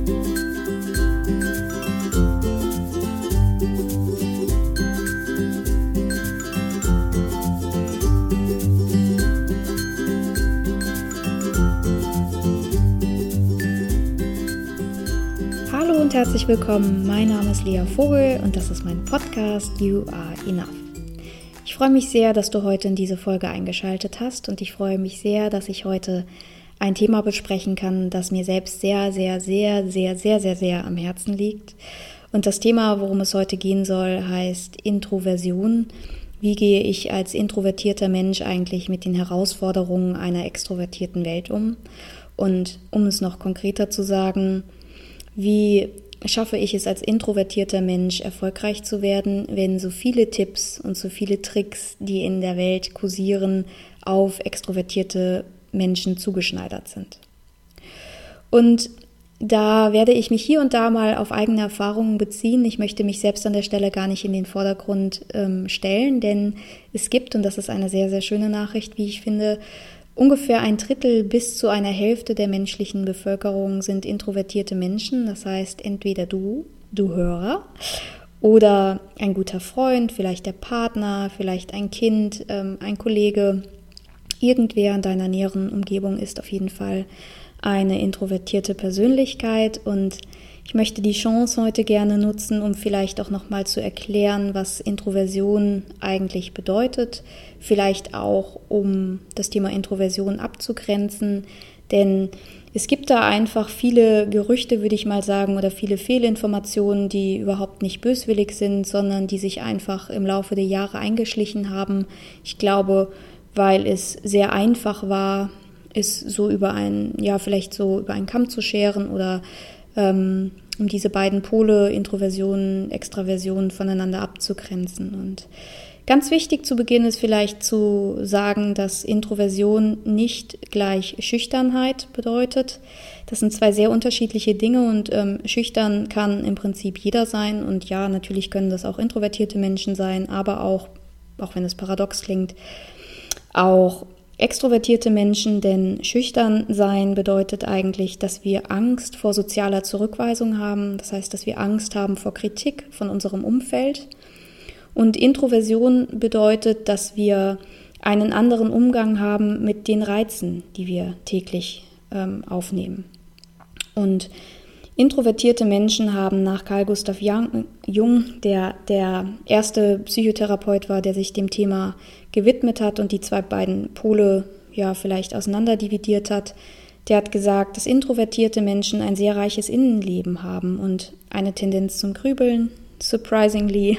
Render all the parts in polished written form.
Hallo und herzlich willkommen, mein Name ist Lea Vogel und das ist mein Podcast You Are Enough. Ich freue mich sehr, dass du heute in diese Folge eingeschaltet hast und ich freue mich sehr, dass ich heute ein Thema besprechen kann, das mir selbst sehr am Herzen liegt. Und das Thema, worum es heute gehen soll, heißt Introversion. Wie gehe ich als introvertierter Mensch eigentlich mit den Herausforderungen einer extrovertierten Welt um? Und um es noch konkreter zu sagen, wie schaffe ich es als introvertierter Mensch erfolgreich zu werden, wenn so viele Tipps und so viele Tricks, die in der Welt kursieren, auf extrovertierte Menschen zugeschneidert sind? Und da werde ich mich hier und da mal auf eigene Erfahrungen beziehen. Ich möchte mich selbst an der Stelle gar nicht in den Vordergrund stellen, denn es gibt, und das ist eine sehr schöne Nachricht, wie ich finde, ungefähr 1/3 bis zu einer Hälfte der menschlichen Bevölkerung sind introvertierte Menschen. Das heißt, entweder du Hörer, oder ein guter Freund, vielleicht der Partner, vielleicht ein Kind, ein Kollege. Irgendwer in deiner näheren Umgebung ist auf jeden Fall eine introvertierte Persönlichkeit. Und ich möchte die Chance heute gerne nutzen, um vielleicht auch nochmal zu erklären, was Introversion eigentlich bedeutet. Vielleicht auch, um das Thema Introversion abzugrenzen. Denn es gibt da einfach viele Gerüchte, würde ich mal sagen, oder viele Fehlinformationen, die überhaupt nicht böswillig sind, sondern die sich einfach im Laufe der Jahre eingeschlichen haben. Ich glaube, weil es sehr einfach war, es so vielleicht so über einen Kamm zu scheren oder um diese beiden Pole, Introversion, Extraversion, voneinander abzugrenzen. Und ganz wichtig zu Beginn ist vielleicht zu sagen, dass Introversion nicht gleich Schüchternheit bedeutet. Das sind zwei sehr unterschiedliche Dinge und schüchtern kann im Prinzip jeder sein. Und ja, natürlich können das auch introvertierte Menschen sein, aber auch wenn es paradox klingt, auch extrovertierte Menschen, denn schüchtern sein bedeutet eigentlich, dass wir Angst vor sozialer Zurückweisung haben. Das heißt, dass wir Angst haben vor Kritik von unserem Umfeld. Und Introversion bedeutet, dass wir einen anderen Umgang haben mit den Reizen, die wir täglich aufnehmen. Und introvertierte Menschen haben nach Carl Gustav Jung, der erste Psychotherapeut war, der sich dem Thema gewidmet hat und die beiden Pole vielleicht auseinanderdividiert hat, der hat gesagt, dass introvertierte Menschen ein sehr reiches Innenleben haben und eine Tendenz zum Grübeln, surprisingly,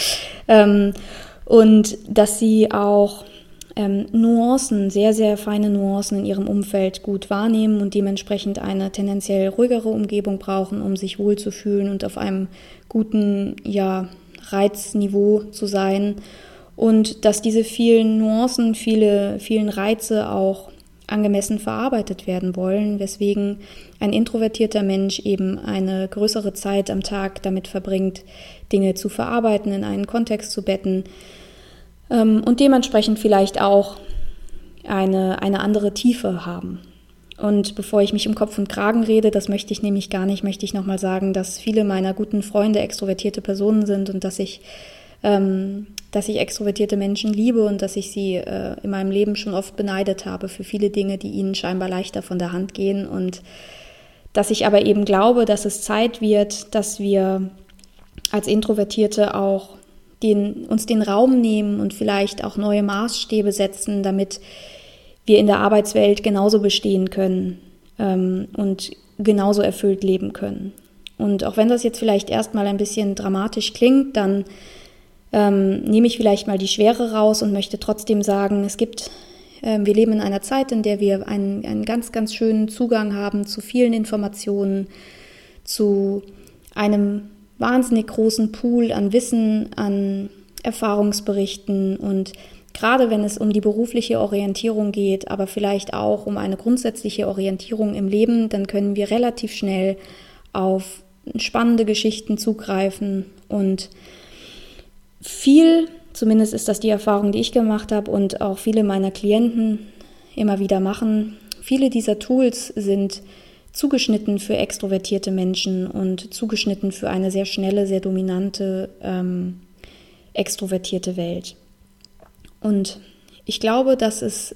und dass sie auch Nuancen, sehr feine Nuancen in ihrem Umfeld gut wahrnehmen und dementsprechend eine tendenziell ruhigere Umgebung brauchen, um sich wohlzufühlen und auf einem guten Reizniveau zu sein. Und dass diese vielen Nuancen, vielen Reize auch angemessen verarbeitet werden wollen, weswegen ein introvertierter Mensch eben eine größere Zeit am Tag damit verbringt, Dinge zu verarbeiten, in einen Kontext zu betten und dementsprechend vielleicht auch eine andere Tiefe haben. Und bevor ich mich um Kopf und Kragen rede, das möchte ich nämlich gar nicht, möchte ich nochmal sagen, dass viele meiner guten Freunde extrovertierte Personen sind und dass ich extrovertierte Menschen liebe und dass ich sie in meinem Leben schon oft beneidet habe für viele Dinge, die ihnen scheinbar leichter von der Hand gehen und dass ich aber eben glaube, dass es Zeit wird, dass wir als Introvertierte auch uns den Raum nehmen und vielleicht auch neue Maßstäbe setzen, damit wir in der Arbeitswelt genauso bestehen können und genauso erfüllt leben können. Und auch wenn das jetzt vielleicht erstmal ein bisschen dramatisch klingt, dann nehme ich vielleicht mal die Schwere raus und möchte trotzdem sagen, wir leben in einer Zeit, in der wir einen ganz schönen Zugang haben zu vielen Informationen, zu einem wahnsinnig großen Pool an Wissen, an Erfahrungsberichten und gerade wenn es um die berufliche Orientierung geht, aber vielleicht auch um eine grundsätzliche Orientierung im Leben, dann können wir relativ schnell auf spannende Geschichten zugreifen und viel, zumindest ist das die Erfahrung, die ich gemacht habe und auch viele meiner Klienten immer wieder machen, viele dieser Tools sind zugeschnitten für extrovertierte Menschen und zugeschnitten für eine sehr schnelle, sehr dominante, extrovertierte Welt. Und ich glaube, dass es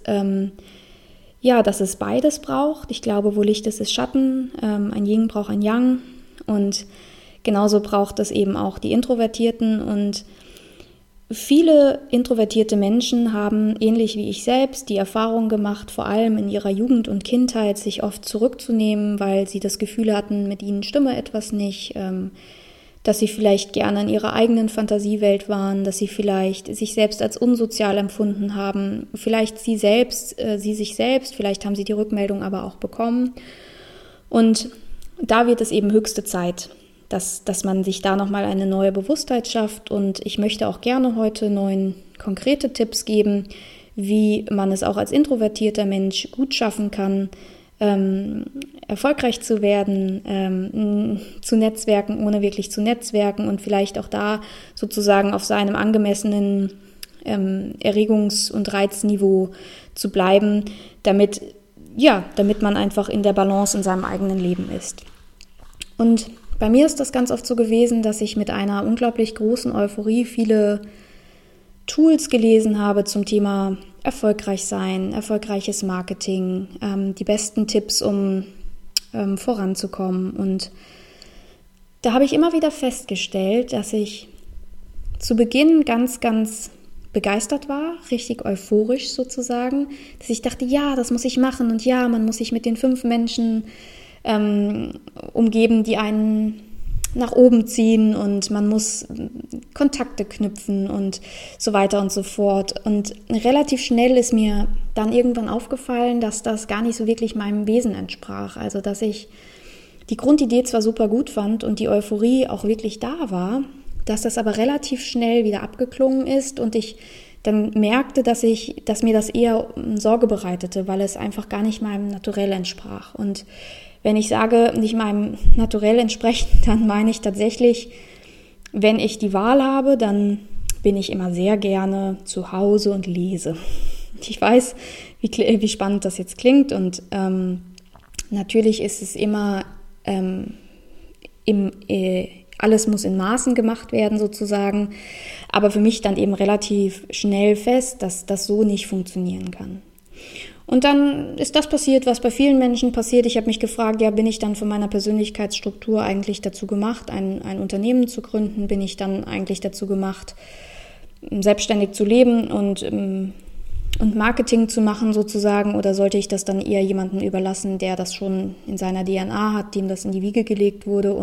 beides braucht. Ich glaube, wo Licht ist, ist Schatten. Ein Yin braucht ein Yang. Und genauso braucht es eben auch die Introvertierten. Und viele introvertierte Menschen haben, ähnlich wie ich selbst, die Erfahrung gemacht, vor allem in ihrer Jugend und Kindheit, sich oft zurückzunehmen, weil sie das Gefühl hatten, mit ihnen stimme etwas nicht, dass sie vielleicht gerne in ihrer eigenen Fantasiewelt waren, dass sie vielleicht sich selbst als unsozial empfunden haben, vielleicht sie sich selbst, vielleicht haben sie die Rückmeldung aber auch bekommen. Und da wird es eben höchste Zeit, dass man sich da nochmal eine neue Bewusstheit schafft. Und ich möchte auch gerne heute 9 konkrete Tipps geben, wie man es auch als introvertierter Mensch gut schaffen kann, erfolgreich zu werden, zu netzwerken, ohne wirklich zu netzwerken und vielleicht auch da sozusagen auf seinem angemessenen Erregungs- und Reizniveau zu bleiben, damit man einfach in der Balance in seinem eigenen Leben ist. Und bei mir ist das ganz oft so gewesen, dass ich mit einer unglaublich großen Euphorie viele Tools gelesen habe zum Thema erfolgreich sein, erfolgreiches Marketing, die besten Tipps, um voranzukommen. Und da habe ich immer wieder festgestellt, dass ich zu Beginn ganz, ganz begeistert war, richtig euphorisch sozusagen, dass ich dachte, ja, das muss ich machen und ja, man muss sich mit den 5 Menschen umgeben, die einen nach oben ziehen und man muss Kontakte knüpfen und so weiter und so fort. Und relativ schnell ist mir dann irgendwann aufgefallen, dass das gar nicht so wirklich meinem Wesen entsprach. Also dass ich die Grundidee zwar super gut fand und die Euphorie auch wirklich da war, dass das aber relativ schnell wieder abgeklungen ist und ich dann merkte, dass mir das eher Sorge bereitete, weil es einfach gar nicht meinem Naturell entsprach. Und wenn ich sage, nicht meinem Naturell entsprechen, dann meine ich tatsächlich, wenn ich die Wahl habe, dann bin ich immer sehr gerne zu Hause und lese. Ich weiß, wie spannend das jetzt klingt und natürlich ist es immer, alles muss in Maßen gemacht werden sozusagen, aber für mich dann eben relativ schnell fest, dass das so nicht funktionieren kann. Und dann ist das passiert, was bei vielen Menschen passiert. Ich habe mich gefragt, ja, bin ich dann von meiner Persönlichkeitsstruktur eigentlich dazu gemacht, ein Unternehmen zu gründen? Bin ich dann eigentlich dazu gemacht, selbstständig zu leben und Marketing zu machen sozusagen? Oder sollte ich das dann eher jemandem überlassen, der das schon in seiner DNA hat, dem das in die Wiege gelegt wurde?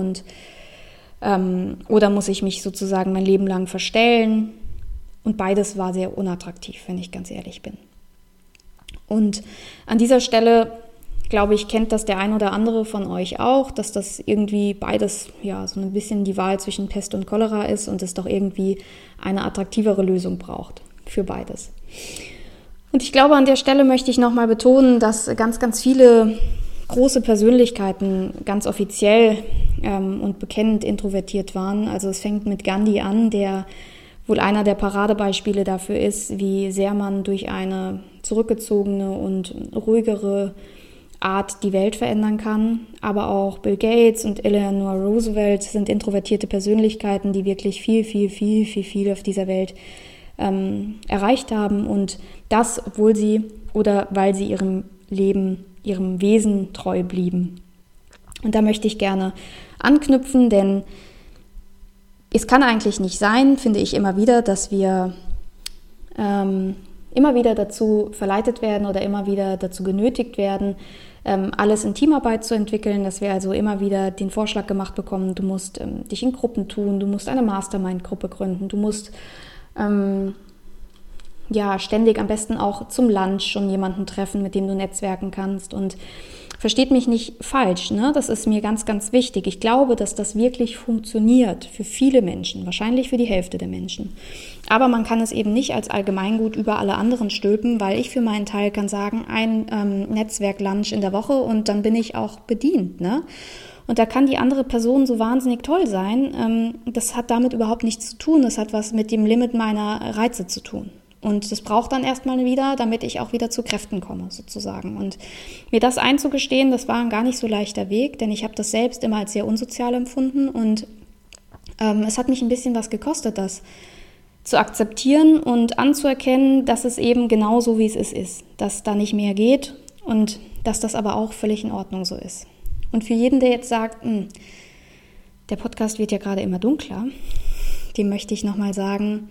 Oder muss ich mich sozusagen mein Leben lang verstellen? Und beides war sehr unattraktiv, wenn ich ganz ehrlich bin. Und an dieser Stelle, glaube ich, kennt das der ein oder andere von euch auch, dass das irgendwie beides ja so ein bisschen die Wahl zwischen Pest und Cholera ist und es doch irgendwie eine attraktivere Lösung braucht für beides. Und ich glaube, an der Stelle möchte ich nochmal betonen, dass ganz, ganz viele große Persönlichkeiten ganz offiziell und bekennend introvertiert waren. Also es fängt mit Gandhi an, der wohl einer der Paradebeispiele dafür ist, wie sehr man durch eine zurückgezogene und ruhigere Art die Welt verändern kann. Aber auch Bill Gates und Eleanor Roosevelt sind introvertierte Persönlichkeiten, die wirklich viel, viel, viel, viel, viel auf dieser Welt erreicht haben. Und das, obwohl sie oder weil sie ihrem Leben, ihrem Wesen treu blieben. Und da möchte ich gerne anknüpfen, denn es kann eigentlich nicht sein, finde ich immer wieder, dass wir immer wieder dazu verleitet werden oder immer wieder dazu genötigt werden, alles in Teamarbeit zu entwickeln, dass wir also immer wieder den Vorschlag gemacht bekommen, du musst dich in Gruppen tun, du musst eine Mastermind-Gruppe gründen, du musst ständig am besten auch zum Lunch schon jemanden treffen, mit dem du netzwerken kannst. Und versteht mich nicht falsch, ne? Das ist mir ganz, ganz wichtig. Ich glaube, dass das wirklich funktioniert für viele Menschen, wahrscheinlich für die Hälfte der Menschen. Aber man kann es eben nicht als Allgemeingut über alle anderen stülpen, weil ich für meinen Teil kann sagen, ein Netzwerk-Lunch in der Woche und dann bin ich auch bedient, ne? Und da kann die andere Person so wahnsinnig toll sein. Das hat damit überhaupt nichts zu tun. Das hat was mit dem Limit meiner Reize zu tun. Und das braucht dann erstmal wieder, damit ich auch wieder zu Kräften komme, sozusagen. Und mir das einzugestehen, das war ein gar nicht so leichter Weg, denn ich habe das selbst immer als sehr unsozial empfunden. Und es hat mich ein bisschen was gekostet, das zu akzeptieren und anzuerkennen, dass es eben genau so, wie es ist. Dass da nicht mehr geht und dass das aber auch völlig in Ordnung so ist. Und für jeden, der jetzt sagt, der Podcast wird ja gerade immer dunkler, dem möchte ich nochmal sagen,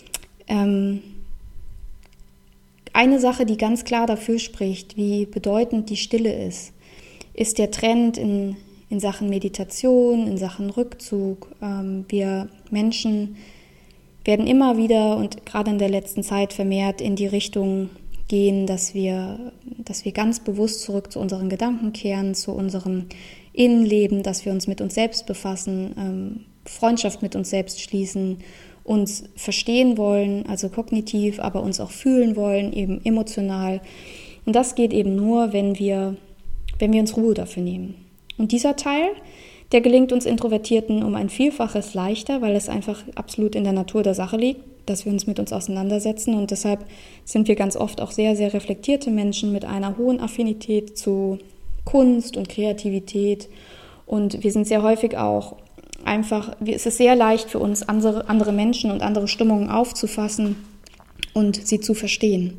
eine Sache, die ganz klar dafür spricht, wie bedeutend die Stille ist der Trend in Sachen Meditation, in Sachen Rückzug. Wir Menschen werden immer wieder und gerade in der letzten Zeit vermehrt in die Richtung gehen, dass wir ganz bewusst zurück zu unseren Gedanken kehren, zu unserem Innenleben, dass wir uns mit uns selbst befassen, Freundschaft mit uns selbst schließen, uns verstehen wollen, also kognitiv, aber uns auch fühlen wollen, eben emotional. Und das geht eben nur, wenn wir uns Ruhe dafür nehmen. Und dieser Teil, der gelingt uns Introvertierten um ein Vielfaches leichter, weil es einfach absolut in der Natur der Sache liegt, dass wir uns mit uns auseinandersetzen. Und deshalb sind wir ganz oft auch sehr, sehr reflektierte Menschen mit einer hohen Affinität zu Kunst und Kreativität. Und wir sind sehr häufig auch einfach, es ist sehr leicht für uns, andere Menschen und andere Stimmungen aufzufassen und sie zu verstehen.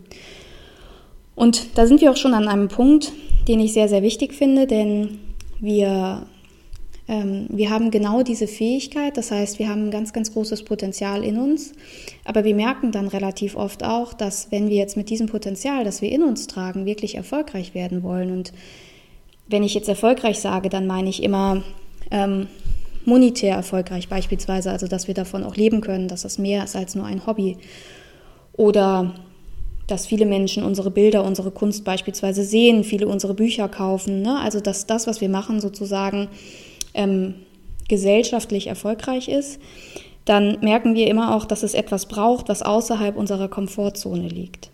Und da sind wir auch schon an einem Punkt, den ich sehr, sehr wichtig finde, denn wir haben genau diese Fähigkeit, das heißt, wir haben ein ganz, ganz großes Potenzial in uns, aber wir merken dann relativ oft auch, dass wenn wir jetzt mit diesem Potenzial, das wir in uns tragen, wirklich erfolgreich werden wollen, und wenn ich jetzt erfolgreich sage, dann meine ich immer monetär erfolgreich beispielsweise, also dass wir davon auch leben können, dass das mehr ist als nur ein Hobby, oder dass viele Menschen unsere Bilder, unsere Kunst beispielsweise sehen, viele unsere Bücher kaufen, ne? Also dass das, was wir machen, sozusagen gesellschaftlich erfolgreich ist, dann merken wir immer auch, dass es etwas braucht, was außerhalb unserer Komfortzone liegt.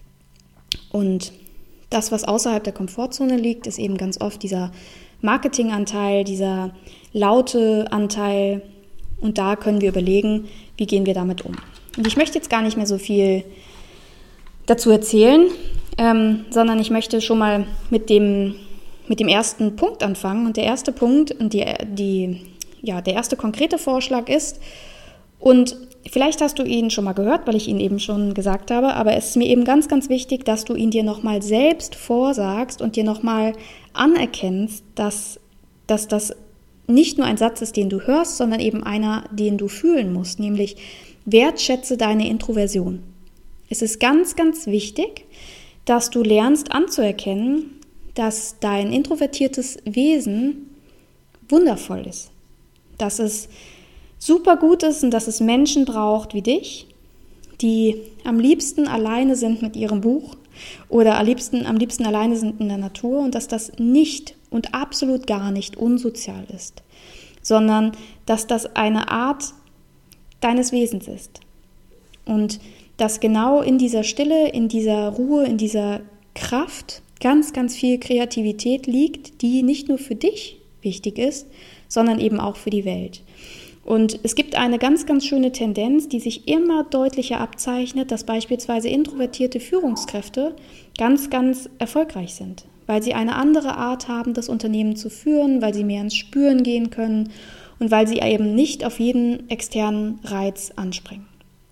Und das, was außerhalb der Komfortzone liegt, ist eben ganz oft dieser Marketinganteil, dieser laute Anteil, und da können wir überlegen, wie gehen wir damit um. Und ich möchte jetzt gar nicht mehr so viel dazu erzählen, sondern ich möchte schon mal mit dem ersten Punkt anfangen. Und der erste Punkt und der erste konkrete Vorschlag ist, und vielleicht hast du ihn schon mal gehört, weil ich ihn eben schon gesagt habe, aber es ist mir eben ganz, ganz wichtig, dass du ihn dir nochmal selbst vorsagst und dir nochmal anerkennst, dass das nicht nur ein Satz ist, den du hörst, sondern eben einer, den du fühlen musst, nämlich wertschätze deine Introversion. Es ist ganz, ganz wichtig, dass du lernst anzuerkennen, dass dein introvertiertes Wesen wundervoll ist, dass es super gut ist und dass es Menschen braucht wie dich, die am liebsten alleine sind mit ihrem Buch oder am liebsten alleine sind in der Natur, und dass das nicht und absolut gar nicht unsozial ist, sondern dass das eine Art deines Wesens ist. Und dass genau in dieser Stille, in dieser Ruhe, in dieser Kraft ganz, ganz viel Kreativität liegt, die nicht nur für dich wichtig ist, sondern eben auch für die Welt. Und es gibt eine ganz, ganz schöne Tendenz, die sich immer deutlicher abzeichnet, dass beispielsweise introvertierte Führungskräfte ganz, ganz erfolgreich sind, weil sie eine andere Art haben, das Unternehmen zu führen, weil sie mehr ins Spüren gehen können und weil sie eben nicht auf jeden externen Reiz anspringen.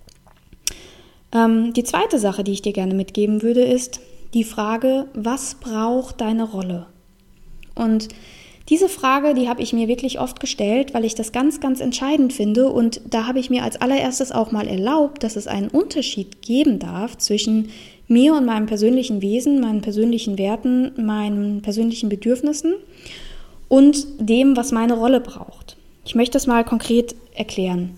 Die zweite Sache, die ich dir gerne mitgeben würde, ist die Frage, was braucht deine Rolle? Und diese Frage, die habe ich mir wirklich oft gestellt, weil ich das ganz, ganz entscheidend finde, und da habe ich mir als allererstes auch mal erlaubt, dass es einen Unterschied geben darf zwischen mir und meinem persönlichen Wesen, meinen persönlichen Werten, meinen persönlichen Bedürfnissen und dem, was meine Rolle braucht. Ich möchte das mal konkret erklären.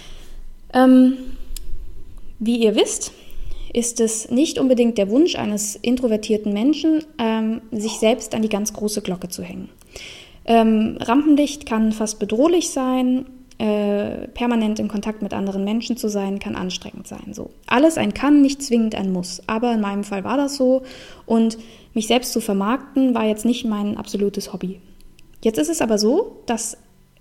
Wie ihr wisst, ist es nicht unbedingt der Wunsch eines introvertierten Menschen, sich selbst an die ganz große Glocke zu hängen. Rampenlicht kann fast bedrohlich sein, permanent in Kontakt mit anderen Menschen zu sein, kann anstrengend sein. So. Alles ein Kann, nicht zwingend ein Muss. Aber in meinem Fall war das so, und mich selbst zu vermarkten war jetzt nicht mein absolutes Hobby. Jetzt ist es aber so, dass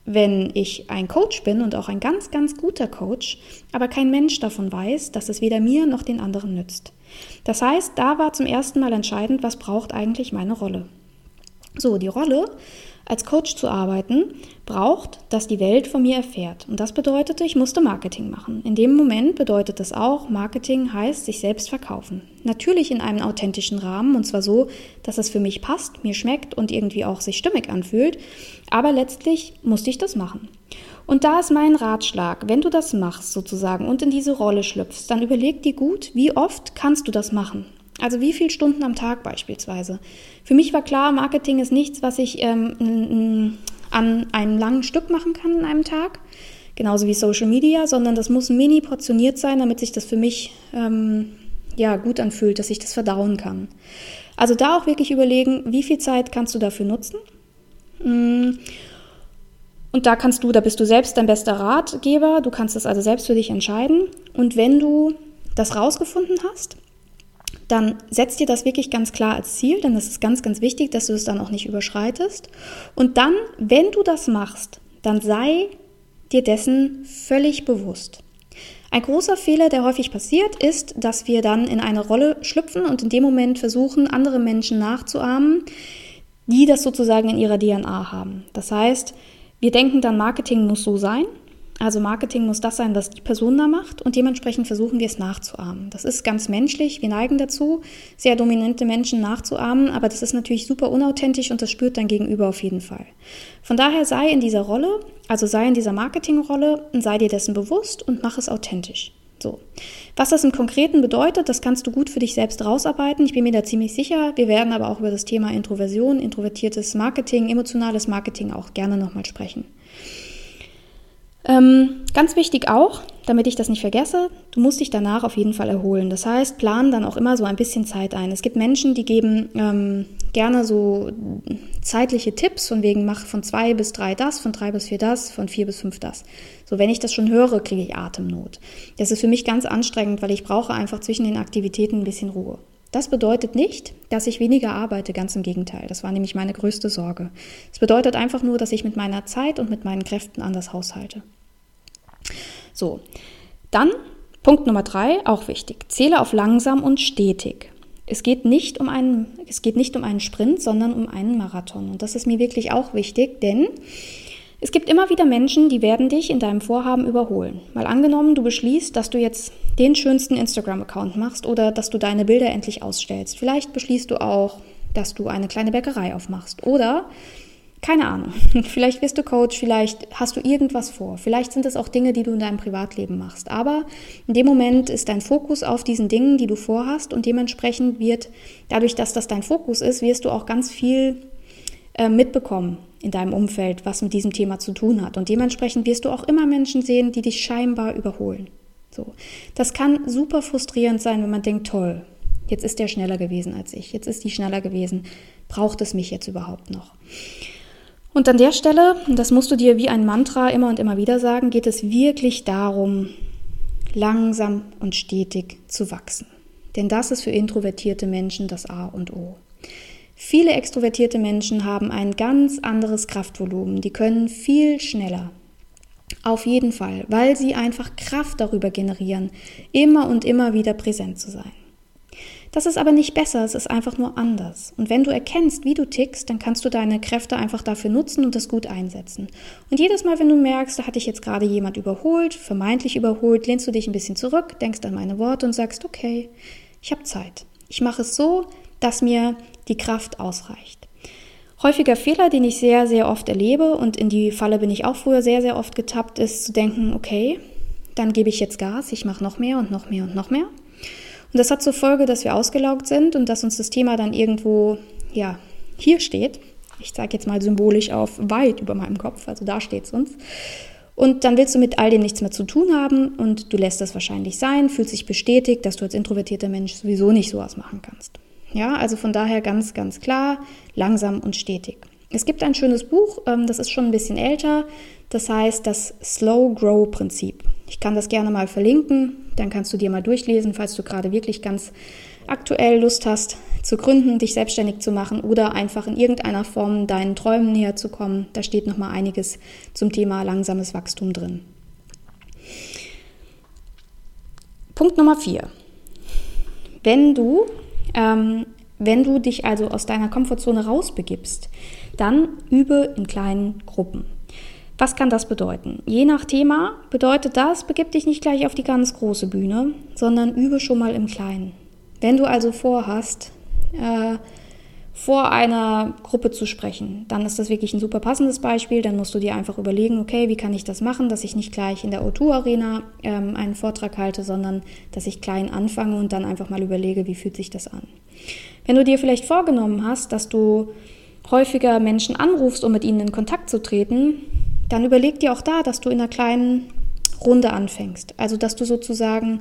wenn ich ein Coach bin und auch ein ganz, ganz guter Coach, aber kein Mensch davon weiß, dass es weder mir noch den anderen nützt. Das heißt, da war zum ersten Mal entscheidend, was braucht eigentlich meine Rolle. So, die Rolle, als Coach zu arbeiten, braucht, dass die Welt von mir erfährt. Und das bedeutete, ich musste Marketing machen. In dem Moment bedeutet das auch, Marketing heißt sich selbst verkaufen. Natürlich in einem authentischen Rahmen, und zwar so, dass es für mich passt, mir schmeckt und irgendwie auch sich stimmig anfühlt. Aber letztlich musste ich das machen. Und da ist mein Ratschlag, wenn du das machst sozusagen und in diese Rolle schlüpfst, dann überleg dir gut, wie oft kannst du das machen? Also wie viele Stunden am Tag beispielsweise. Für mich war klar, Marketing ist nichts, was ich an einem langen Stück machen kann in einem Tag, genauso wie Social Media, sondern das muss mini portioniert sein, damit sich das für mich gut anfühlt, dass ich das verdauen kann. Also da auch wirklich überlegen, wie viel Zeit kannst du dafür nutzen? Und da bist du selbst dein bester Ratgeber, du kannst das also selbst für dich entscheiden. Und wenn du das rausgefunden hast, dann setz dir das wirklich ganz klar als Ziel, denn das ist ganz, ganz wichtig, dass du es dann auch nicht überschreitest. Und dann, wenn du das machst, dann sei dir dessen völlig bewusst. Ein großer Fehler, der häufig passiert, ist, dass wir dann in eine Rolle schlüpfen und in dem Moment versuchen, andere Menschen nachzuahmen, die das sozusagen in ihrer DNA haben. Das heißt, wir denken dann, Marketing muss so sein. Also Marketing muss das sein, was die Person da macht und dementsprechend versuchen wir es nachzuahmen. Das ist ganz menschlich, wir neigen dazu, sehr dominante Menschen nachzuahmen, aber das ist natürlich super unauthentisch und das spürt dein Gegenüber auf jeden Fall. Von daher sei in dieser Rolle, also sei in dieser Marketingrolle und sei dir dessen bewusst und mach es authentisch. So. Was das im Konkreten bedeutet, das kannst du gut für dich selbst rausarbeiten. Ich bin mir da ziemlich sicher. Wir werden aber auch über das Thema Introversion, introvertiertes Marketing, emotionales Marketing auch gerne nochmal sprechen. Ganz wichtig auch, damit ich das nicht vergesse, du musst dich danach auf jeden Fall erholen. Das heißt, plan dann auch immer so ein bisschen Zeit ein. Es gibt Menschen, die geben gerne so zeitliche Tipps, von wegen mach von 2 bis 3 das, von 3 bis 4 das, von 4 bis 5 das. So, wenn ich das schon höre, kriege ich Atemnot. Das ist für mich ganz anstrengend, weil ich brauche einfach zwischen den Aktivitäten ein bisschen Ruhe. Das bedeutet nicht, dass ich weniger arbeite, ganz im Gegenteil. Das war nämlich meine größte Sorge. Es bedeutet einfach nur, dass ich mit meiner Zeit und mit meinen Kräften anders haushalte. So, dann Punkt Nummer 3, auch wichtig. Zähle auf langsam und stetig. Es geht nicht um einen Sprint, sondern um einen Marathon. Und das ist mir wirklich auch wichtig, denn es gibt immer wieder Menschen, die werden dich in deinem Vorhaben überholen. Mal angenommen, du beschließt, dass du jetzt den schönsten Instagram-Account machst oder dass du deine Bilder endlich ausstellst. Vielleicht beschließt du auch, dass du eine kleine Bäckerei aufmachst oder, keine Ahnung, vielleicht wirst du Coach, vielleicht hast du irgendwas vor. Vielleicht sind es auch Dinge, die du in deinem Privatleben machst. Aber in dem Moment ist dein Fokus auf diesen Dingen, die du vorhast und dementsprechend dadurch, dass das dein Fokus ist, wirst du auch ganz viel mitbekommen in deinem Umfeld, was mit diesem Thema zu tun hat. Und dementsprechend wirst du auch immer Menschen sehen, die dich scheinbar überholen. So. Das kann super frustrierend sein, wenn man denkt, toll, jetzt ist der schneller gewesen als ich, jetzt ist die schneller gewesen, braucht es mich jetzt überhaupt noch? Und an der Stelle, das musst du dir wie ein Mantra immer und immer wieder sagen, geht es wirklich darum, langsam und stetig zu wachsen. Denn das ist für introvertierte Menschen das A und O. Viele extrovertierte Menschen haben ein ganz anderes Kraftvolumen. Die können viel schneller. Auf jeden Fall, weil sie einfach Kraft darüber generieren, immer und immer wieder präsent zu sein. Das ist aber nicht besser, es ist einfach nur anders. Und wenn du erkennst, wie du tickst, dann kannst du deine Kräfte einfach dafür nutzen und das gut einsetzen. Und jedes Mal, wenn du merkst, da hat dich jetzt gerade jemand überholt, vermeintlich überholt, lehnst du dich ein bisschen zurück, denkst an meine Worte und sagst, okay, ich habe Zeit. Ich mache es so, dass mir die Kraft ausreicht. Häufiger Fehler, den ich sehr, sehr oft erlebe und in die Falle bin ich auch früher sehr, sehr oft getappt, ist zu denken, okay, dann gebe ich jetzt Gas, ich mache noch mehr und noch mehr und noch mehr. Und das hat zur Folge, dass wir ausgelaugt sind und dass uns das Thema dann irgendwo, hier steht. Ich zeige jetzt mal symbolisch auf weit über meinem Kopf, also da steht es uns. Und dann willst du mit all dem nichts mehr zu tun haben und du lässt das wahrscheinlich sein, fühlst dich bestätigt, dass du als introvertierter Mensch sowieso nicht sowas machen kannst. Ja, also von daher ganz, ganz klar, langsam und stetig. Es gibt ein schönes Buch, das ist schon ein bisschen älter, das heißt das Slow-Grow-Prinzip. Ich kann das gerne mal verlinken, dann kannst du dir mal durchlesen, falls du gerade wirklich ganz aktuell Lust hast zu gründen, dich selbstständig zu machen oder einfach in irgendeiner Form deinen Träumen näher zu kommen. Da steht nochmal einiges zum Thema langsames Wachstum drin. Punkt Nummer 4. Wenn du dich also aus deiner Komfortzone rausbegibst, dann übe in kleinen Gruppen. Was kann das bedeuten? Je nach Thema bedeutet das, begib dich nicht gleich auf die ganz große Bühne, sondern übe schon mal im Kleinen. Wenn du also vorhast, vor einer Gruppe zu sprechen, dann ist das wirklich ein super passendes Beispiel. Dann musst du dir einfach überlegen, okay, wie kann ich das machen, dass ich nicht gleich in der O2 Arena einen Vortrag halte, sondern dass ich klein anfange und dann einfach mal überlege, wie fühlt sich das an. Wenn du dir vielleicht vorgenommen hast, dass du häufiger Menschen anrufst, um mit ihnen in Kontakt zu treten, dann überleg dir auch da, dass du in einer kleinen Runde anfängst. Also, dass du sozusagen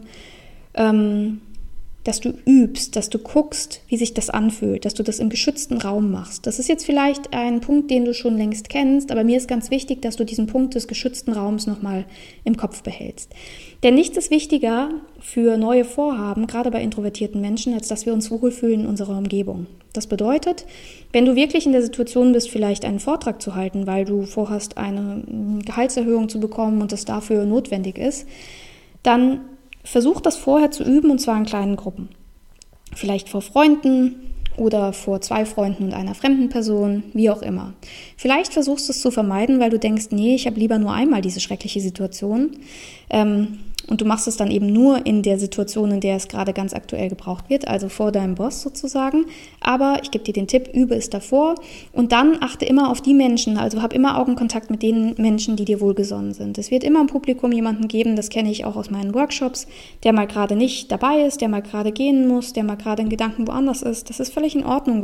dass du übst, dass du guckst, wie sich das anfühlt, dass du das im geschützten Raum machst. Das ist jetzt vielleicht ein Punkt, den du schon längst kennst, aber mir ist ganz wichtig, dass du diesen Punkt des geschützten Raums nochmal im Kopf behältst. Denn nichts ist wichtiger für neue Vorhaben, gerade bei introvertierten Menschen, als dass wir uns wohlfühlen in unserer Umgebung. Das bedeutet, wenn du wirklich in der Situation bist, vielleicht einen Vortrag zu halten, weil du vorhast, eine Gehaltserhöhung zu bekommen und das dafür notwendig ist, dann versuch das vorher zu üben, und zwar in kleinen Gruppen. Vielleicht vor Freunden oder vor 2 Freunden und einer fremden Person, wie auch immer. Vielleicht versuchst du es zu vermeiden, weil du denkst, nee, ich habe lieber nur einmal diese schreckliche Situation. Und du machst es dann eben nur in der Situation, in der es gerade ganz aktuell gebraucht wird, also vor deinem Boss sozusagen. Aber ich gebe dir den Tipp, übe es davor und dann achte immer auf die Menschen, also hab immer Augenkontakt mit den Menschen, die dir wohlgesonnen sind. Es wird immer im Publikum jemanden geben, das kenne ich auch aus meinen Workshops, der mal gerade nicht dabei ist, der mal gerade gehen muss, der mal gerade in Gedanken woanders ist. Das ist völlig in Ordnung,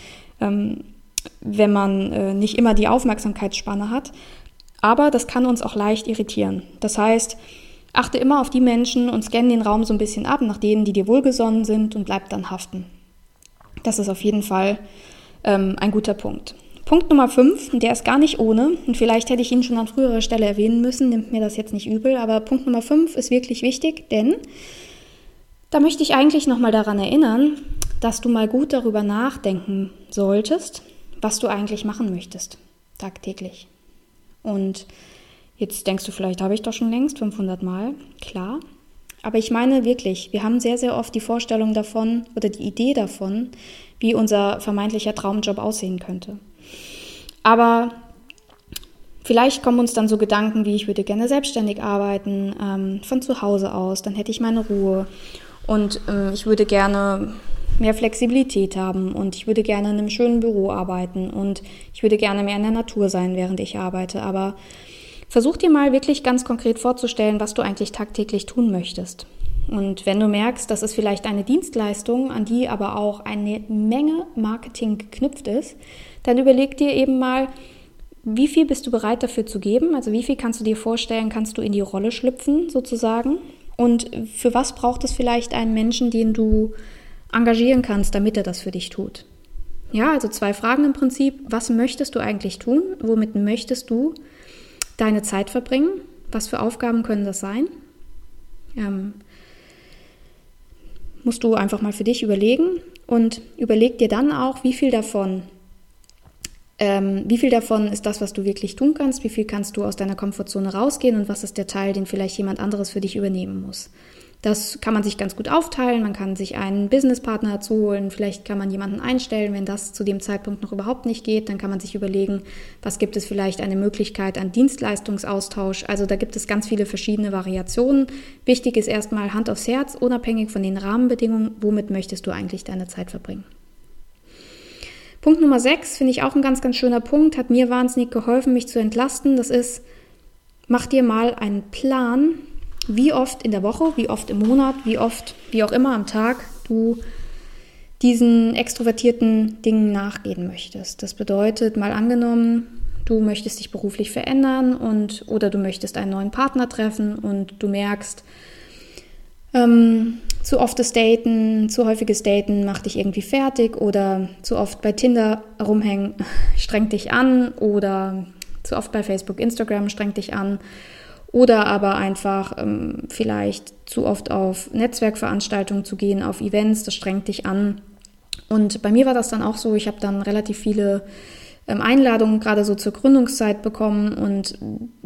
wenn man nicht immer die Aufmerksamkeitsspanne hat. Aber das kann uns auch leicht irritieren. Das heißt, achte immer auf die Menschen und scanne den Raum so ein bisschen ab nach denen, die dir wohlgesonnen sind und bleib dann haften. Das ist auf jeden Fall ein guter Punkt. Punkt Nummer 5, der ist gar nicht ohne und vielleicht hätte ich ihn schon an früherer Stelle erwähnen müssen, nimmt mir das jetzt nicht übel, aber Punkt Nummer 5 ist wirklich wichtig, denn da möchte ich eigentlich nochmal daran erinnern, dass du mal gut darüber nachdenken solltest, was du eigentlich machen möchtest, tagtäglich. Und jetzt denkst du vielleicht, habe ich doch schon längst 500 Mal. Klar, aber ich meine wirklich, wir haben sehr, sehr oft die Vorstellung davon oder die Idee davon, wie unser vermeintlicher Traumjob aussehen könnte. Aber vielleicht kommen uns dann so Gedanken wie, ich würde gerne selbstständig arbeiten, von zu Hause aus, dann hätte ich meine Ruhe und ich würde gerne mehr Flexibilität haben und ich würde gerne in einem schönen Büro arbeiten und ich würde gerne mehr in der Natur sein, während ich arbeite, aber versuch dir mal wirklich ganz konkret vorzustellen, was du eigentlich tagtäglich tun möchtest. Und wenn du merkst, das ist vielleicht eine Dienstleistung, an die aber auch eine Menge Marketing geknüpft ist, dann überleg dir eben mal, wie viel bist du bereit dafür zu geben? Also wie viel kannst du dir vorstellen, kannst du in die Rolle schlüpfen sozusagen? Und für was braucht es vielleicht einen Menschen, den du engagieren kannst, damit er das für dich tut? Ja, also 2 Fragen im Prinzip. Was möchtest du eigentlich tun? Womit möchtest du deine Zeit verbringen? Was für Aufgaben können das sein? Musst du einfach mal für dich überlegen und überleg dir dann auch, wie viel davon ist das, was du wirklich tun kannst, wie viel kannst du aus deiner Komfortzone rausgehen und was ist der Teil, den vielleicht jemand anderes für dich übernehmen muss. Das kann man sich ganz gut aufteilen, man kann sich einen Businesspartner dazu holen, vielleicht kann man jemanden einstellen, wenn das zu dem Zeitpunkt noch überhaupt nicht geht, dann kann man sich überlegen, was gibt es vielleicht eine Möglichkeit an Dienstleistungsaustausch, also da gibt es ganz viele verschiedene Variationen. Wichtig ist erstmal Hand aufs Herz, unabhängig von den Rahmenbedingungen, womit möchtest du eigentlich deine Zeit verbringen. Punkt Nummer 6 finde ich auch ein ganz, ganz schöner Punkt, hat mir wahnsinnig geholfen, mich zu entlasten, das ist, mach dir mal einen Plan, wie oft in der Woche, wie oft im Monat, wie oft, wie auch immer am Tag du diesen extrovertierten Dingen nachgehen möchtest. Das bedeutet, mal angenommen, du möchtest dich beruflich verändern oder du möchtest einen neuen Partner treffen und du merkst, zu oftes Daten, zu häufiges Daten macht dich irgendwie fertig oder zu oft bei Tinder rumhängen strengt dich an oder zu oft bei Facebook, Instagram strengt dich an. oder aber einfach vielleicht zu oft auf Netzwerkveranstaltungen zu gehen, auf Events, das strengt dich an. Und bei mir war das dann auch so, ich habe dann relativ viele Einladungen gerade so zur Gründungszeit bekommen und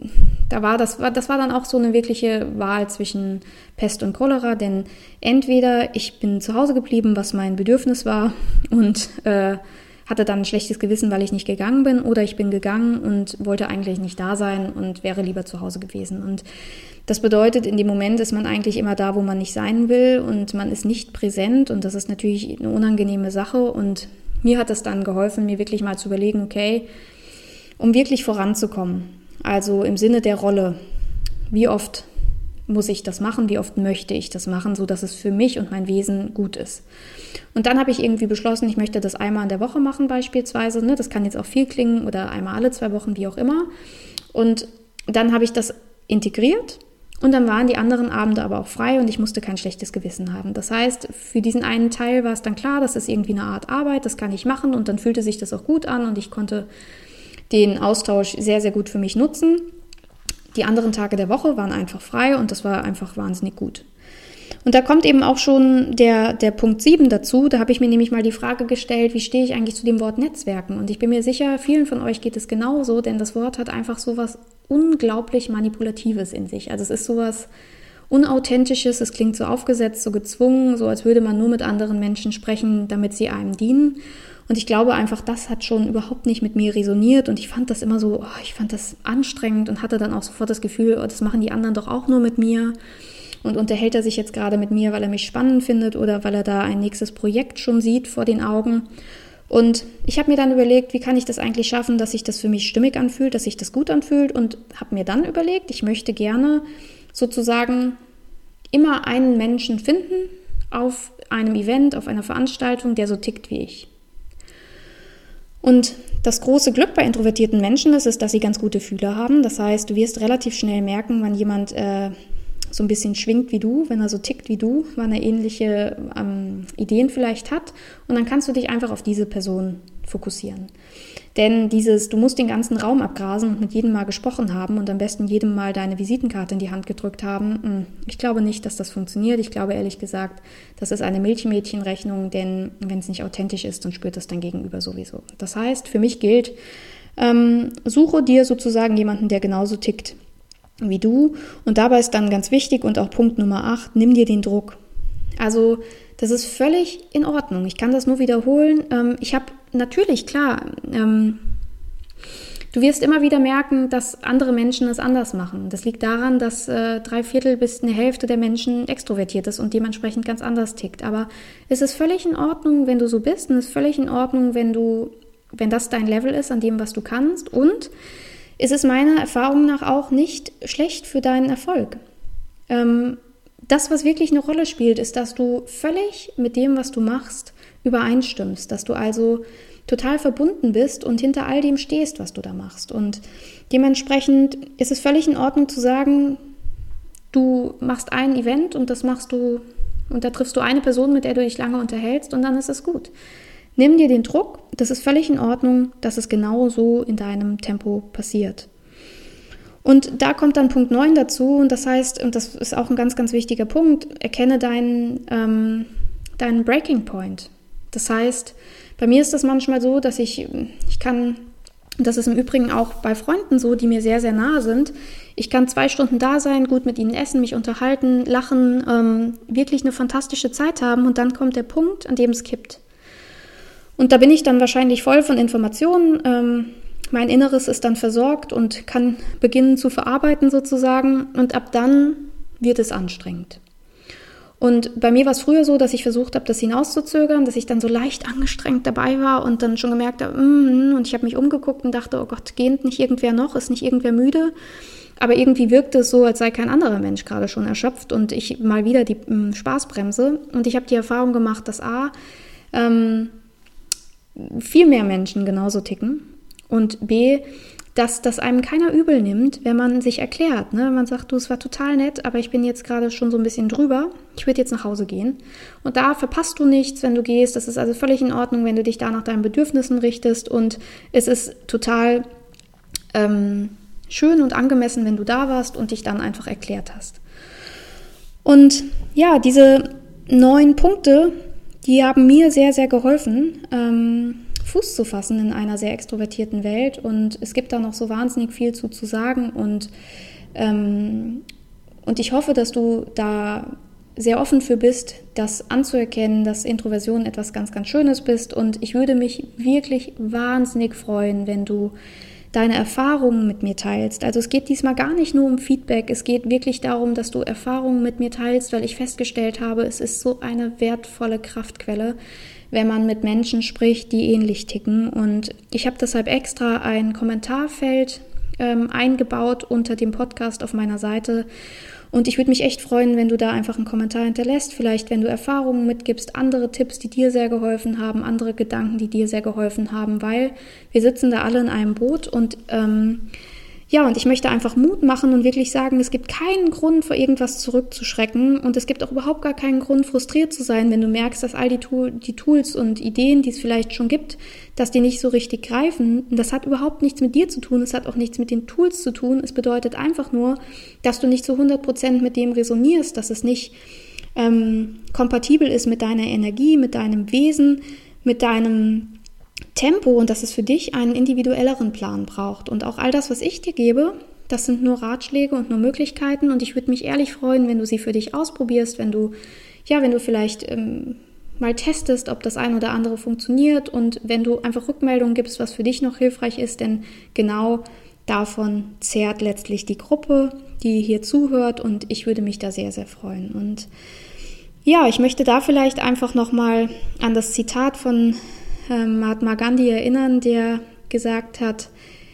das war dann auch so eine wirkliche Wahl zwischen Pest und Cholera, denn entweder ich bin zu Hause geblieben, was mein Bedürfnis war und hatte dann ein schlechtes Gewissen, weil ich nicht gegangen bin, oder ich bin gegangen und wollte eigentlich nicht da sein und wäre lieber zu Hause gewesen. Und das bedeutet, in dem Moment ist man eigentlich immer da, wo man nicht sein will und man ist nicht präsent und das ist natürlich eine unangenehme Sache und mir hat es dann geholfen, mir wirklich mal zu überlegen, okay, um wirklich voranzukommen, also im Sinne der Rolle, wie oft muss ich das machen, wie oft möchte ich das machen, sodass es für mich und mein Wesen gut ist. Und dann habe ich irgendwie beschlossen, ich möchte das einmal in der Woche machen beispielsweise, das kann jetzt auch viel klingen oder einmal alle 2 Wochen, wie auch immer. Und dann habe ich das integriert und dann waren die anderen Abende aber auch frei und ich musste kein schlechtes Gewissen haben. Das heißt, für diesen einen Teil war es dann klar, das ist irgendwie eine Art Arbeit, das kann ich machen und dann fühlte sich das auch gut an und ich konnte den Austausch sehr, sehr gut für mich nutzen. Die anderen Tage der Woche waren einfach frei und das war einfach wahnsinnig gut. Und da kommt eben auch schon der Punkt 7 dazu. Da habe ich mir nämlich mal die Frage gestellt, wie stehe ich eigentlich zu dem Wort Netzwerken? Und ich bin mir sicher, vielen von euch geht es genauso, denn das Wort hat einfach sowas unglaublich Manipulatives in sich. Also es ist sowas Unauthentisches, es klingt so aufgesetzt, so gezwungen, so als würde man nur mit anderen Menschen sprechen, damit sie einem dienen. Und ich glaube einfach, das hat schon überhaupt nicht mit mir resoniert und ich fand das immer so, ich fand das anstrengend und hatte dann auch sofort das Gefühl, das machen die anderen doch auch nur mit mir. Und unterhält er sich jetzt gerade mit mir, weil er mich spannend findet oder weil er da ein nächstes Projekt schon sieht vor den Augen. Und ich habe mir dann überlegt, wie kann ich das eigentlich schaffen, dass sich das für mich stimmig anfühlt, dass sich das gut anfühlt und habe mir dann überlegt, ich möchte gerne sozusagen immer einen Menschen finden auf einem Event, auf einer Veranstaltung, der so tickt wie ich. Und das große Glück bei introvertierten Menschen ist, dass sie ganz gute Fühler haben. Das heißt, du wirst relativ schnell merken, wenn jemand so ein bisschen schwingt wie du, wenn er so tickt wie du, wann er ähnliche Ideen vielleicht hat. Und dann kannst du dich einfach auf diese Person fokussieren. Denn du musst den ganzen Raum abgrasen und mit jedem mal gesprochen haben und am besten jedem mal deine Visitenkarte in die Hand gedrückt haben. Ich glaube nicht, dass das funktioniert. Ich glaube ehrlich gesagt, das ist eine Milchmädchenrechnung, denn wenn es nicht authentisch ist, dann spürt das dein Gegenüber sowieso. Das heißt, für mich gilt, suche dir sozusagen jemanden, der genauso tickt wie du. Und dabei ist dann ganz wichtig und auch Punkt Nummer 8, nimm dir den Druck. Also das ist völlig in Ordnung. Ich kann das nur wiederholen. Ich habe natürlich, klar, du wirst immer wieder merken, dass andere Menschen es anders machen. Das liegt daran, dass 3/4 bis eine Hälfte der Menschen extrovertiert ist und dementsprechend ganz anders tickt. Aber es ist völlig in Ordnung, wenn du so bist und es ist völlig in Ordnung, wenn das dein Level ist an dem, was du kannst. Und es ist meiner Erfahrung nach auch nicht schlecht für deinen Erfolg. Das, was wirklich eine Rolle spielt, ist, dass du völlig mit dem, was du machst, übereinstimmst. Dass du also total verbunden bist und hinter all dem stehst, was du da machst. Und dementsprechend ist es völlig in Ordnung zu sagen, du machst ein Event und das machst du, und da triffst du eine Person, mit der du dich lange unterhältst und dann ist es gut. Nimm dir den Druck, das ist völlig in Ordnung, dass es genau so in deinem Tempo passiert. Und da kommt dann Punkt 9 dazu und das heißt, und das ist auch ein ganz, ganz wichtiger Punkt, erkenne deinen Breaking Point. Das heißt, bei mir ist das manchmal so, dass ich kann, das ist im Übrigen auch bei Freunden so, die mir sehr, sehr nahe sind, ich kann 2 Stunden da sein, gut mit ihnen essen, mich unterhalten, lachen, wirklich eine fantastische Zeit haben und dann kommt der Punkt, an dem es kippt. Und da bin ich dann wahrscheinlich voll von Informationen, mein Inneres ist dann versorgt und kann beginnen zu verarbeiten sozusagen und ab dann wird es anstrengend. Und bei mir war es früher so, dass ich versucht habe, das hinauszuzögern, dass ich dann so leicht angestrengt dabei war und dann schon gemerkt habe, und ich habe mich umgeguckt und dachte, oh Gott, geht nicht irgendwer noch, ist nicht irgendwer müde? Aber irgendwie wirkte es so, als sei kein anderer Mensch gerade schon erschöpft und ich mal wieder die Spaßbremse. Und ich habe die Erfahrung gemacht, dass viel mehr Menschen genauso ticken und B, dass das einem keiner übel nimmt, wenn man sich erklärt, ne? Wenn man sagt, du, es war total nett, aber ich bin jetzt gerade schon so ein bisschen drüber, ich würde jetzt nach Hause gehen. Und da verpasst du nichts, wenn du gehst, das ist also völlig in Ordnung, wenn du dich da nach deinen Bedürfnissen richtest und es ist total schön und angemessen, wenn du da warst und dich dann einfach erklärt hast. Und ja, diese 9 Punkte, die haben mir sehr, sehr geholfen, Fuß zu fassen in einer sehr extrovertierten Welt. Und es gibt da noch so wahnsinnig viel zu sagen. Und ich hoffe, dass du da sehr offen für bist, das anzuerkennen, dass Introversion etwas ganz, ganz Schönes bist. Und ich würde mich wirklich wahnsinnig freuen, wenn du deine Erfahrungen mit mir teilst. Also es geht diesmal gar nicht nur um Feedback, es geht wirklich darum, dass du Erfahrungen mit mir teilst, weil ich festgestellt habe, es ist so eine wertvolle Kraftquelle, wenn man mit Menschen spricht, die ähnlich ticken. Und ich habe deshalb extra ein Kommentarfeld eingebaut unter dem Podcast auf meiner Seite. Und ich würde mich echt freuen, wenn du da einfach einen Kommentar hinterlässt, vielleicht wenn du Erfahrungen mitgibst, andere Tipps, die dir sehr geholfen haben, andere Gedanken, die dir sehr geholfen haben, weil wir sitzen da alle in einem Boot und und ich möchte einfach Mut machen und wirklich sagen, es gibt keinen Grund, vor irgendwas zurückzuschrecken und es gibt auch überhaupt gar keinen Grund, frustriert zu sein, wenn du merkst, dass all die Tools und Ideen, die es vielleicht schon gibt, dass die nicht so richtig greifen. Und das hat überhaupt nichts mit dir zu tun, es hat auch nichts mit den Tools zu tun. Es bedeutet einfach nur, dass du nicht zu 100% mit dem resonierst, dass es nicht kompatibel ist mit deiner Energie, mit deinem Wesen, mit deinem Tempo und dass es für dich einen individuelleren Plan braucht. Und auch all das, was ich dir gebe, das sind nur Ratschläge und nur Möglichkeiten und ich würde mich ehrlich freuen, wenn du sie für dich ausprobierst, wenn du vielleicht mal testest, ob das ein oder andere funktioniert und wenn du einfach Rückmeldungen gibst, was für dich noch hilfreich ist, denn genau davon zehrt letztlich die Gruppe, die hier zuhört und ich würde mich da sehr, sehr freuen. Und ja, ich möchte da vielleicht einfach nochmal an das Zitat von Mahatma Gandhi erinnern, der gesagt hat,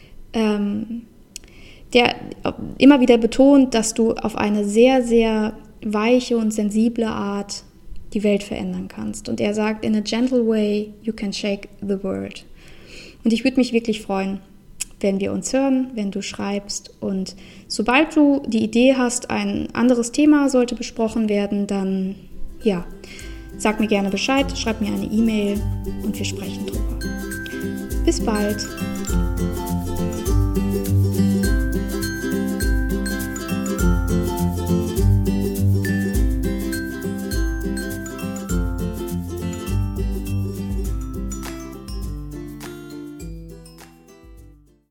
der immer wieder betont, dass du auf eine sehr, sehr weiche und sensible Art die Welt verändern kannst. Und er sagt, in a gentle way you can shake the world. Und ich würde mich wirklich freuen, wenn wir uns hören, wenn du schreibst. Und sobald du die Idee hast, ein anderes Thema sollte besprochen werden, dann sag mir gerne Bescheid, schreib mir eine E-Mail und wir sprechen drüber. Bis bald!